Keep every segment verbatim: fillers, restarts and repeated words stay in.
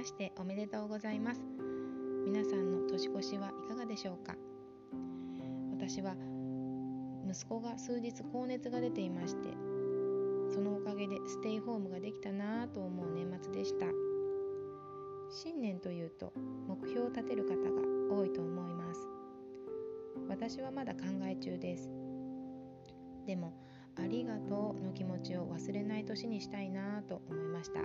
しておめでとうございます。皆さんの年越しはいかがでしょうか。私は息子が数日高熱が出ていまして、そのおかげでステイホームができたなぁと思う年末でした。新年というと目標を立てる方が多いと思います。私はまだ考え中です。でもありがとうの気持ちを忘れない年にしたいなと思いました。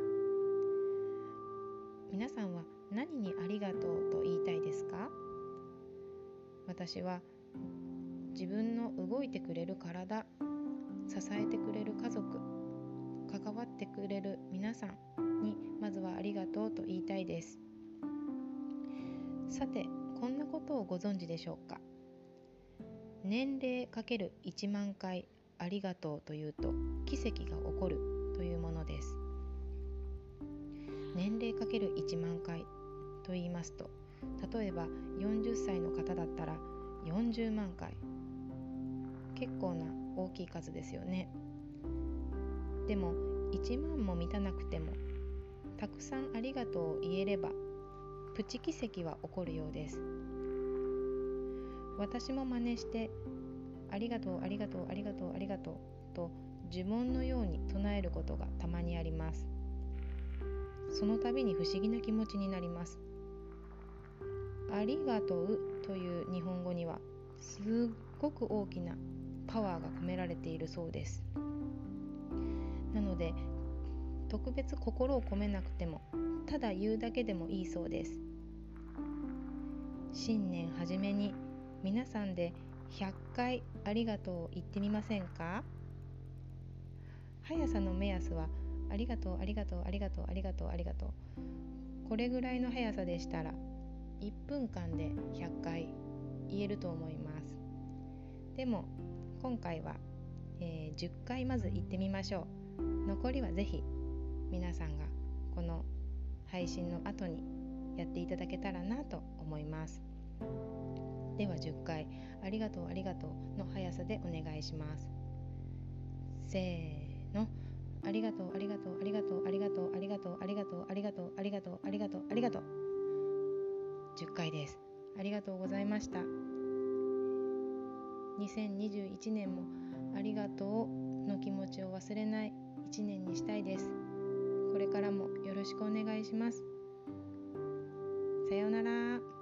皆さんは何にありがとうと言いたいですか？私は自分の動いてくれる体、支えてくれる家族、関わってくれる皆さんにまずはありがとうと言いたいです。さて、こんなことをご存知でしょうか。年齢かけるいちまんかいありがとうというと奇跡が起こるというものです。年齢かけるいちまんかいと言いますと、例えばよんじゅっさいの方だったらよんじゅうまんかい、結構な大きい数ですよね。でもいちまんも満たなくても、たくさんありがとうを言えればプチ奇跡は起こるようです。私も真似してありがとうありがとうありがとうありがとうと呪文のように唱えることがたまにあります。その度に不思議な気持ちになります。ありがとうという日本語にはすっごく大きなパワーが込められているそうです。なので特別心を込めなくても、ただ言うだけでもいいそうです。新年初めに皆さんでひゃっかいありがとうを言ってみませんか？速さの目安はありがとうありがとうありがとうありがとうありがとう、これぐらいの速さでしたらいっぷんかんでひゃっかい言えると思います。でも今回は、えー、じゅっかいまず言ってみましょう。残りはぜひ皆さんがこの配信の後にやっていただけたらなと思います。ではじゅっかいありがとうありがとうの速さでお願いします。せーの、ありがとうありがとうありがとうありがとうありがとうありがとうありがとうありがとうありがとうありがとう。じゅっかいです。ありがとうございました。にせんにじゅういちねんもありがとうの気持ちを忘れないいちねんにしたいです。これからもよろしくお願いします。さようなら。